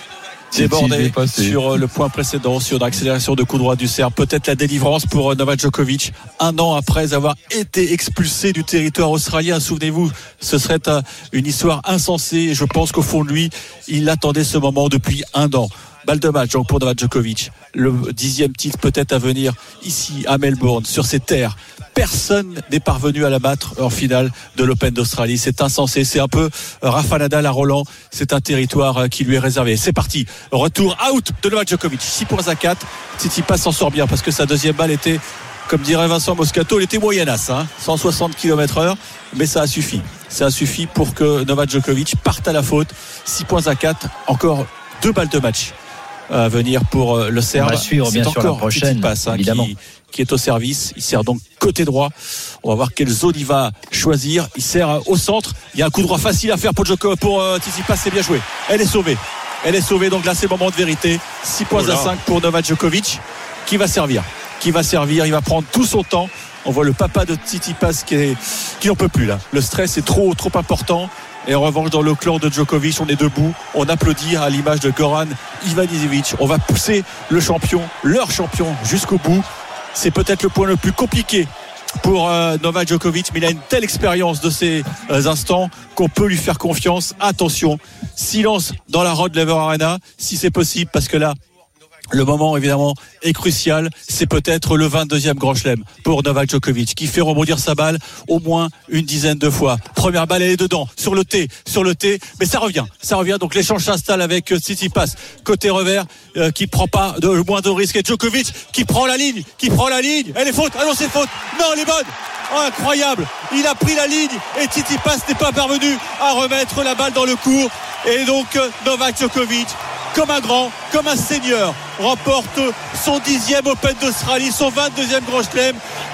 débordé sur le point précédent, sur l'accélération de coup droit du Serbe. Peut-être la délivrance pour Novak Djokovic, un an après avoir été expulsé du territoire australien. Souvenez-vous, ce serait une histoire insensée, et je pense qu'au fond de lui, il attendait ce moment depuis un an. Balle de match donc pour Novak Djokovic, le 10e titre peut-être à venir ici à Melbourne, sur ces terres. Personne n'est parvenu à la battre en finale de l'Open d'Australie. C'est insensé, c'est un peu Rafa Nadal à Roland, c'est un territoire qui lui est réservé. C'est parti, retour out de Novak Djokovic, 6-4. Tsitsipas s'en sort bien parce que sa deuxième balle était, comme dirait Vincent Moscato, elle était moyennasse, 160 km/h, mais ça a suffi. Ça a suffi pour que Novak Djokovic parte à la faute. 6-4, encore 2 balles de match à venir pour le Serbe. On va suivre bien sûr la prochaine, évidemment. Qui est au service. Il sert donc côté droit. On va voir quelle zone il va choisir. Il sert au centre. Il y a un coup droit facile à faire pour Tsitsipas. C'est bien joué. Elle est sauvée. Donc là, c'est le moment de vérité. 6-5 pour Novak Djokovic qui va servir. Il va prendre tout son temps. On voit le papa de Tsitsipas qui n'en peut plus là. Le stress est trop important. Et en revanche, dans le clan de Djokovic, on est debout, on applaudit à l'image de Goran Ivanisevic. On va pousser leur champion jusqu'au bout. C'est peut-être le point le plus compliqué pour Novak Djokovic, mais il a une telle expérience de ces instants qu'on peut lui faire confiance. Attention, silence dans la Rod Laver Arena, si c'est possible, parce que là, le moment évidemment est crucial. C'est peut-être le 22e Grand Chelem pour Novak Djokovic qui fait rebondir sa balle au moins une dizaine de fois. Première balle, elle est dedans, sur le T, mais ça revient. Donc l'échange s'installe avec Tsitsipas côté revers, qui prend pas de moins de risque, et Djokovic qui prend la ligne. Elle est faute. Ah non, c'est faute. Non, elle est bonne. Oh, incroyable. Il a pris la ligne et Tsitsipas n'est pas parvenu à remettre la balle dans le court, et donc Novak Djokovic, comme un grand, comme un seigneur, remporte son 10e Open d'Australie, son 22e Grand Chelem.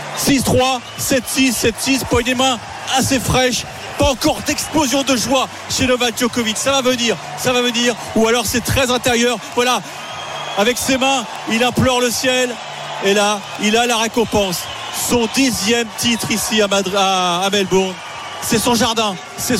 6-3, 7-6, poignée de main assez fraîche. Pas encore d'explosion de joie chez Novak Djokovic. Ça va venir. Ou alors c'est très intérieur. Voilà. Avec ses mains, il implore le ciel. Et là, il a la récompense. Son 10e titre ici à Melbourne. C'est son jardin.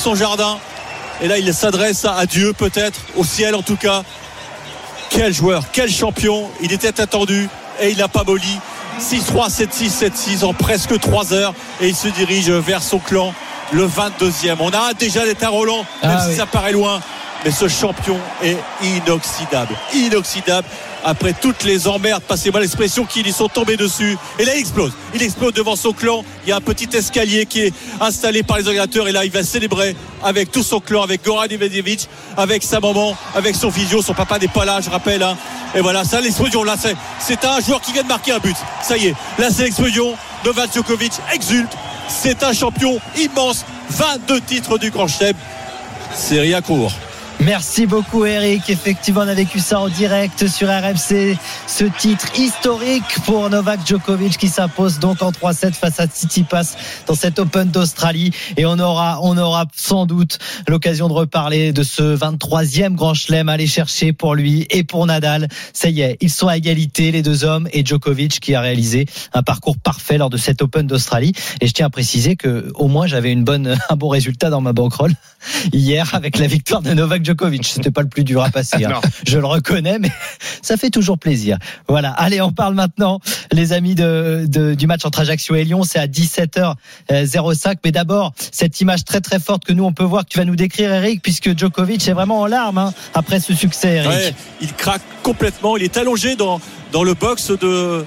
Et là, il s'adresse à Dieu, peut-être, au ciel en tout cas. Quel joueur, quel champion. Il était attendu et il n'a pas molli. 6-3, 7-6 en presque 3 heures. Et il se dirige vers son clan, le 22e. On a déjà l'État Roland, même si ça paraît loin. Mais ce champion est inoxydable. Après toutes les emmerdes, passez-moi l'expression, qui lui sont tombées dessus. Et là, il explose devant son clan. Il y a un petit escalier qui est installé par les organisateurs. Et là, il va célébrer avec tout son clan, avec Goran Ivanisevic, avec sa maman, avec son physio. Son papa n'est pas là, je rappelle. Et voilà, ça, l'explosion. Là, c'est un joueur qui vient de marquer un but. Ça y est, là, c'est l'explosion. Novak Djokovic exulte. C'est un champion immense. 22 titres du Grand Chelem. C'est rien court. Merci beaucoup Eric, effectivement on a vécu ça en direct sur RMC, ce titre historique pour Novak Djokovic qui s'impose donc en 3-7 face à Tsitsipas dans cet Open d'Australie, et on aura sans doute l'occasion de reparler de ce 23e Grand Chelem à aller chercher pour lui et pour Nadal. Ça y est, ils sont à égalité les deux hommes, et Djokovic qui a réalisé un parcours parfait lors de cet Open d'Australie. Et je tiens à préciser que au moins j'avais un bon résultat dans ma bankroll hier avec la victoire de Novak Djokovic. C'était pas le plus dur à passer, je le reconnais, mais ça fait toujours plaisir. Voilà, allez, on parle maintenant, les amis, du match entre Ajaccio et Lyon. C'est à 17h05, mais d'abord cette image très très forte que nous on peut voir, que tu vas nous décrire Eric, puisque Djokovic est vraiment en larmes après ce succès, Eric. Ouais, il craque complètement, il est allongé dans le box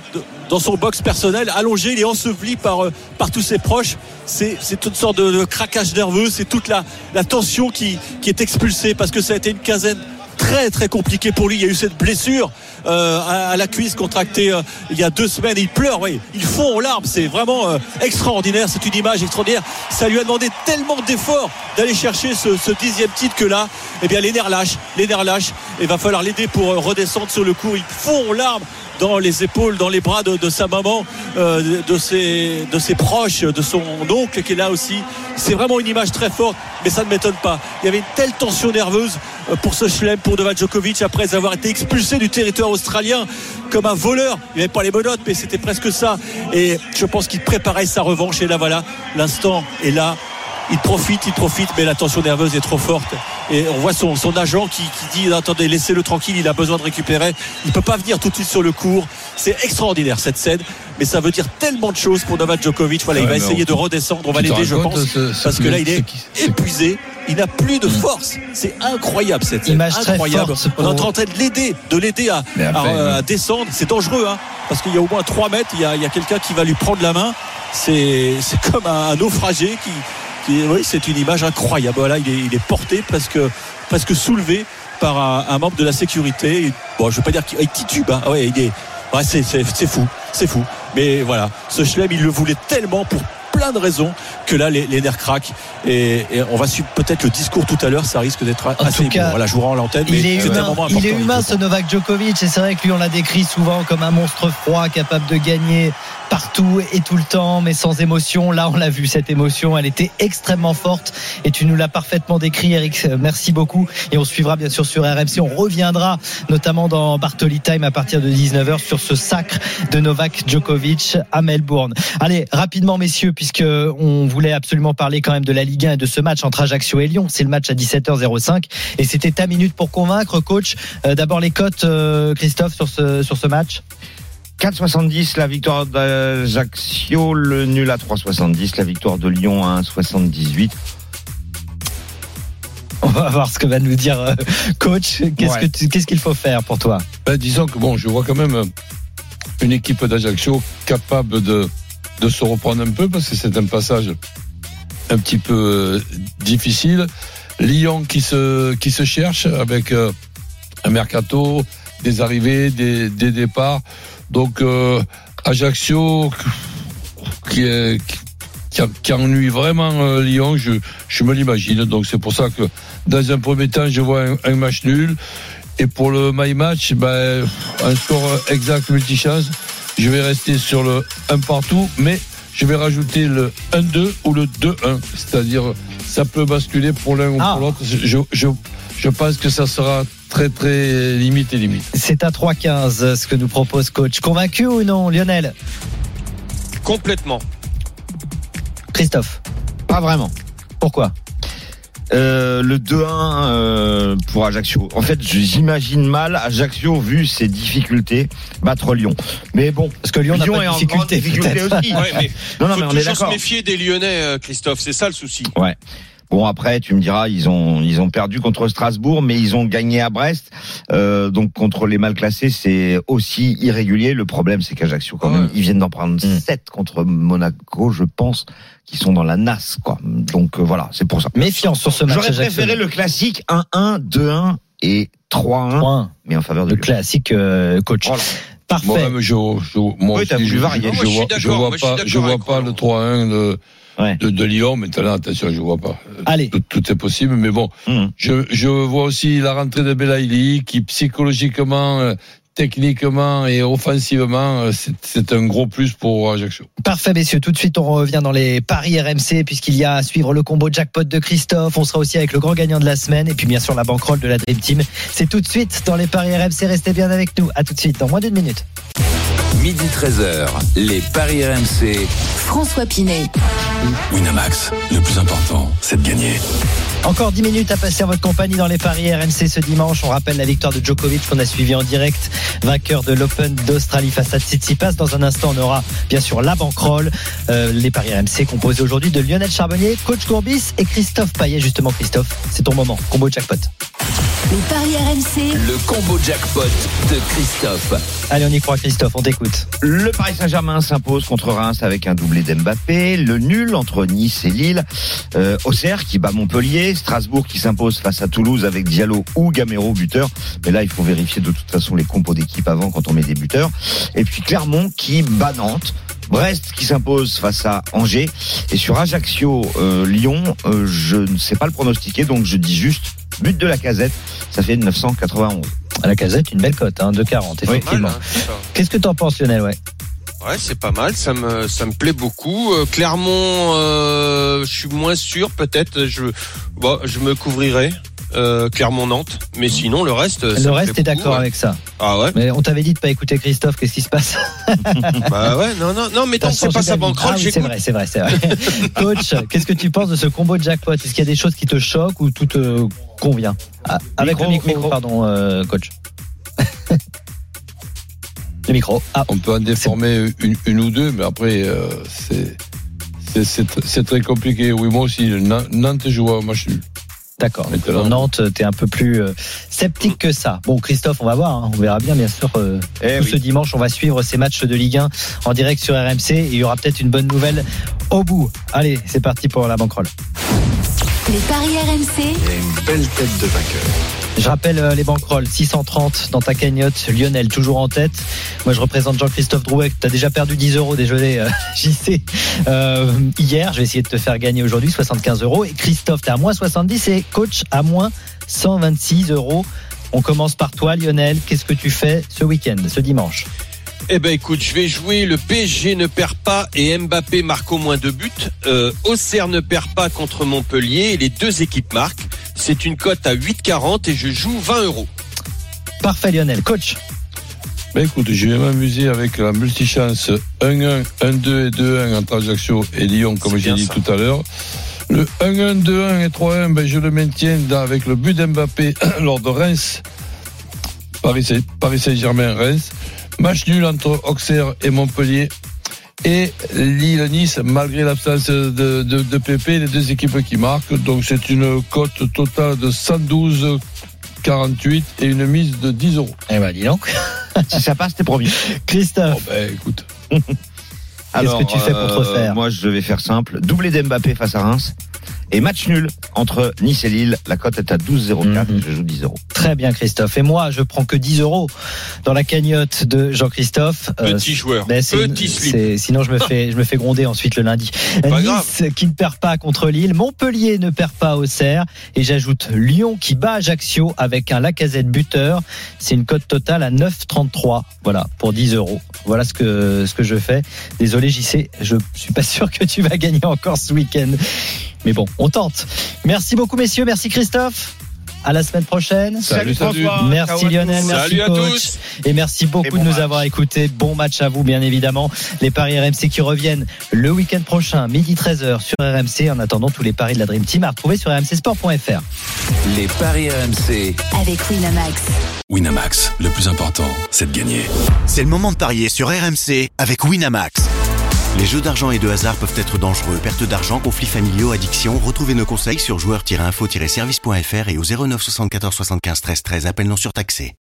dans son box personnel, allongé, il est enseveli par tous ses proches. C'est toute sorte de craquage nerveux, c'est toute la tension qui est expulsée, parce que ça a été une quinzaine très très compliqué pour lui. Il y a eu cette blessure à la cuisse contractée il y a 2 semaines. Il pleure, oui. Il fond en larmes. C'est vraiment extraordinaire. C'est une image extraordinaire. Ça lui a demandé tellement d'efforts d'aller chercher ce 10e titre que là, eh bien, les nerfs lâchent. Il va falloir l'aider pour redescendre sur le cours. Il fond en larmes dans les épaules, dans les bras de sa maman, de ses proches, de son oncle qui est là aussi. C'est vraiment une image très forte, mais ça ne m'étonne pas. Il y avait une telle tension nerveuse pour ce chelem, pour Novak Djokovic, après avoir été expulsé du territoire australien comme un voleur. Il n'avait pas les menottes, mais c'était presque ça. Et je pense qu'il préparait sa revanche. Et là, voilà, l'instant est là. Il profite, mais la tension nerveuse est trop forte. Et on voit son agent qui dit attendez, laissez-le tranquille, il a besoin de récupérer. Il peut pas venir tout de suite sur le court. C'est extraordinaire cette scène, mais ça veut dire tellement de choses pour Novak Djokovic. Voilà, il va essayer de redescendre. On va l'aider, je pense, parce que là il est épuisé. Il n'a plus de force. C'est incroyable cette scène. Image incroyable. Très forte on est en train de l'aider à descendre. C'est dangereux, hein, parce qu'il y a au moins 3 mètres. Il y a quelqu'un qui va lui prendre la main. C'est comme un naufragé qui. Oui, c'est une image incroyable. Voilà, il est porté, presque soulevé par un membre de la sécurité. Bon, je veux pas dire qu'il titube. Hein. Ouais, c'est fou. Mais voilà, ce chelem, il le voulait tellement pour plein de raisons que là les nerfs craquent et on va suivre peut-être le discours tout à l'heure. Ça risque d'être assez bon. Voilà, je vous rends l'antenne, mais c'est un moment important. Il est humain, ce Novak Djokovic, et c'est vrai que lui, on l'a décrit souvent comme un monstre froid capable de gagner partout et tout le temps, mais sans émotion. Là, on l'a vu, cette émotion, elle était extrêmement forte, et tu nous l'as parfaitement décrit, Eric. Merci beaucoup, et on suivra bien sûr sur RMC. On reviendra notamment dans Bartoli Time à partir de 19h sur ce sacre de Novak Djokovic à Melbourne. Allez, rapidement, messieurs, puisqu'on voulait absolument parler quand même de la Ligue 1 et de ce match entre Ajaccio et Lyon. C'est le match à 17h05, et c'était ta minute pour convaincre, coach. D'abord les cotes, Christophe, sur ce match. 4,70 la victoire d'Ajaccio, le nul à 3,70, la victoire de Lyon à 1,78. On va voir ce que va nous dire coach. Qu'est-ce qu'il faut faire pour toi? Disons que je vois quand même une équipe d'Ajaccio capable de se reprendre un peu, parce que c'est un passage un petit peu difficile. Lyon qui se cherche avec un mercato, des arrivées, des départs. Donc Ajaccio qui ennuie vraiment Lyon, je me l'imagine. Donc c'est pour ça que dans un premier temps je vois un match nul, et pour le my match, un score exact multichance. Je vais rester sur le 1 partout, mais je vais rajouter le 1-2 ou le 2-1, c'est-à-dire ça peut basculer pour l'un ou pour l'autre. Je pense que ça sera très très limite. C'est à 3,15 ce que nous propose coach. Convaincu ou non, Lionel? Complètement. Christophe? Pas vraiment. Pourquoi? Le 2-1 pour Ajaccio. En fait, j'imagine mal Ajaccio, vu ses difficultés, battre Lyon. Mais bon, parce que Lyon n'a pas de difficulté aussi. Ouais, mais non, faut mais on toujours est d'accord. Se méfier des Lyonnais, Christophe. C'est ça le souci. Ouais. Bon, après, tu me diras, ils ont perdu contre Strasbourg, mais ils ont gagné à Brest. Donc, contre les mal classés, c'est aussi irrégulier. Le problème, c'est qu'Ajaccio, quand même, ils viennent d'en prendre 7 contre Monaco, je pense, qui sont dans la nasse, quoi. Donc, voilà, c'est pour ça. Méfiance sur ce match. J'aurais préféré le classique 1-1, 2-1 et 3-1. Mais en faveur de le classique, coach. Voilà. Parfait. Moi, je vois pas le 3-1 de Lyon. Maintenant, attention, je vois pas. Allez. Tout est possible, mais bon. Je vois aussi la rentrée de Belaïli, qui psychologiquement, techniquement et offensivement, c'est un gros plus pour Ajaccio. Parfait, messieurs. Tout de suite, on revient dans les paris RMC, puisqu'il y a à suivre le combo jackpot de Christophe. On sera aussi avec le grand gagnant de la semaine, et puis bien sûr la bankroll de la Dream Team. C'est tout de suite dans les paris RMC. Restez bien avec nous. À tout de suite, dans moins d'1 minute. Midi 13h, les paris RMC. François Pinet. Winamax, le plus important, c'est de gagner. Encore 10 minutes à passer en votre compagnie dans les paris RMC ce dimanche. On rappelle la victoire de Djokovic qu'on a suivi en direct, vainqueur de l'Open d'Australie face à Tsitsipas. Dans un instant, on aura bien sûr la bankroll. Les paris RMC composés aujourd'hui de Lionel Charbonnier, coach Courbis et Christophe Payet. Justement, Christophe, c'est ton moment. Combo jackpot. Les paris RMC. Le combo jackpot de Christophe. Allez, on y croit, Christophe, on t'écoute. Le Paris Saint-Germain s'impose contre Reims avec un doublé d'Mbappé. Le nul entre Nice et Lille. Auxerre qui bat Montpellier. Strasbourg qui s'impose face à Toulouse avec Diallo ou Gamero buteur. Mais là, il faut vérifier de toute façon les compos d'équipe avant quand on met des buteurs. Et puis Clermont qui bat Nantes. Brest qui s'impose face à Angers. Et sur Ajaccio-Lyon, je ne sais pas le pronostiquer, donc je dis juste but de Lacazette. Ça fait 991. Lacazette, une belle cote, 2,40 effectivement. Mal, hein, Qu'est-ce que t'en penses, Lionel? Ouais, c'est pas mal, ça me plaît beaucoup. Clermont, je suis moins sûr, peut-être. Je me couvrirai. Clermont-Nantes, mais sinon le reste. Le reste est d'accord avec ça. Ah ouais. Mais on t'avait dit de pas écouter Christophe. Qu'est-ce qui se passe? Bah ouais, non, mais tant que c'est pas sa banquerolle, oui, c'est vrai. Coach, qu'est-ce que tu penses de ce combo de jackpot? Est-ce qu'il y a des choses qui te choquent ou tout te convient? Avec le micro, pardon, coach. Le micro. On peut en déformer une ou deux, mais après, c'est très compliqué. Oui, moi aussi, Nantes joue à match nul. D'accord. Nantes, t'es un peu plus sceptique que ça. Bon, Christophe, on va voir. On verra bien sûr. Ce dimanche, on va suivre ces matchs de Ligue 1 en direct sur RMC. Et il y aura peut-être une bonne nouvelle au bout. Allez, c'est parti pour la banquerolle. Les paris RMC. Il y a une belle tête de vainqueur. Je rappelle les banquerolles, 630 dans ta cagnotte. Lionel, toujours en tête. Moi, je représente Jean-Christophe Drouet. Tu as déjà perdu 10 €, désolé, JC, hier. Je vais essayer de te faire gagner aujourd'hui 75 €. Et Christophe, tu es à moins 70 et coach à moins 126 €. On commence par toi, Lionel. Qu'est-ce que tu fais ce week-end, ce dimanche? Eh ben écoute, je vais jouer le PSG ne perd pas et Mbappé marque au moins 2 buts. Auxerre ne perd pas contre Montpellier et les deux équipes marquent. C'est une cote à 8,40 et je joue 20 €. Parfait, Lionel. Coach? Ben écoute, je vais m'amuser avec la multichance 1-1, 1-2 et 2-1 entre Ajaccio et Lyon, comme j'ai dit tout à l'heure. Le 1-1, 2-1 et 3-1, ben je le maintiens avec le but d'Mbappé lors de Reims, Paris Saint-Germain-Reims. Match nul entre Auxerre et Montpellier. Et Lille-Nice, malgré l'absence de Pépé, les deux équipes qui marquent. Donc c'est une cote totale de 112,48 et une mise de 10 €. Eh ben dis donc. Si ça passe, t'es promis. Christophe. Écoute. Alors, qu'est-ce que tu fais pour te refaire? Moi, je vais faire simple. Doublé d'Mbappé face à Reims. Et match nul entre Nice et Lille. La cote est à 12,04. Je joue 10 €. Très bien, Christophe. Et moi, je prends que 10 € dans la cagnotte de Jean-Christophe. Petit joueur. Petit slip. Sinon, je me fais gronder ensuite le lundi. Nice qui ne perd pas contre Lille. Montpellier ne perd pas Auxerre. Et j'ajoute Lyon qui bat Ajaccio avec un Lacazette buteur. C'est une cote totale à 9,33. Voilà, pour 10 €. Voilà ce que je fais. Désolé, JC. Je suis pas sûr que tu vas gagner encore ce week-end. Mais bon, on tente. Merci beaucoup, messieurs. Merci, Christophe. À la semaine prochaine. Salut François. Merci Lionel. Merci Salut coach. à tous. Et merci beaucoup de nous avoir écoutés. Bon match à vous, bien évidemment. Les paris RMC qui reviennent le week-end prochain, midi 13h sur RMC. En attendant, tous les paris de la Dream Team à retrouver sur rmcsport.fr. Les paris RMC. Avec Winamax. Winamax, le plus important, c'est de gagner. C'est le moment de parier sur RMC avec Winamax. Les jeux d'argent et de hasard peuvent être dangereux. Perte d'argent, conflits familiaux, addiction. Retrouvez nos conseils sur joueurs-info-service.fr et au 09 74 75 13 13. Appel non surtaxé.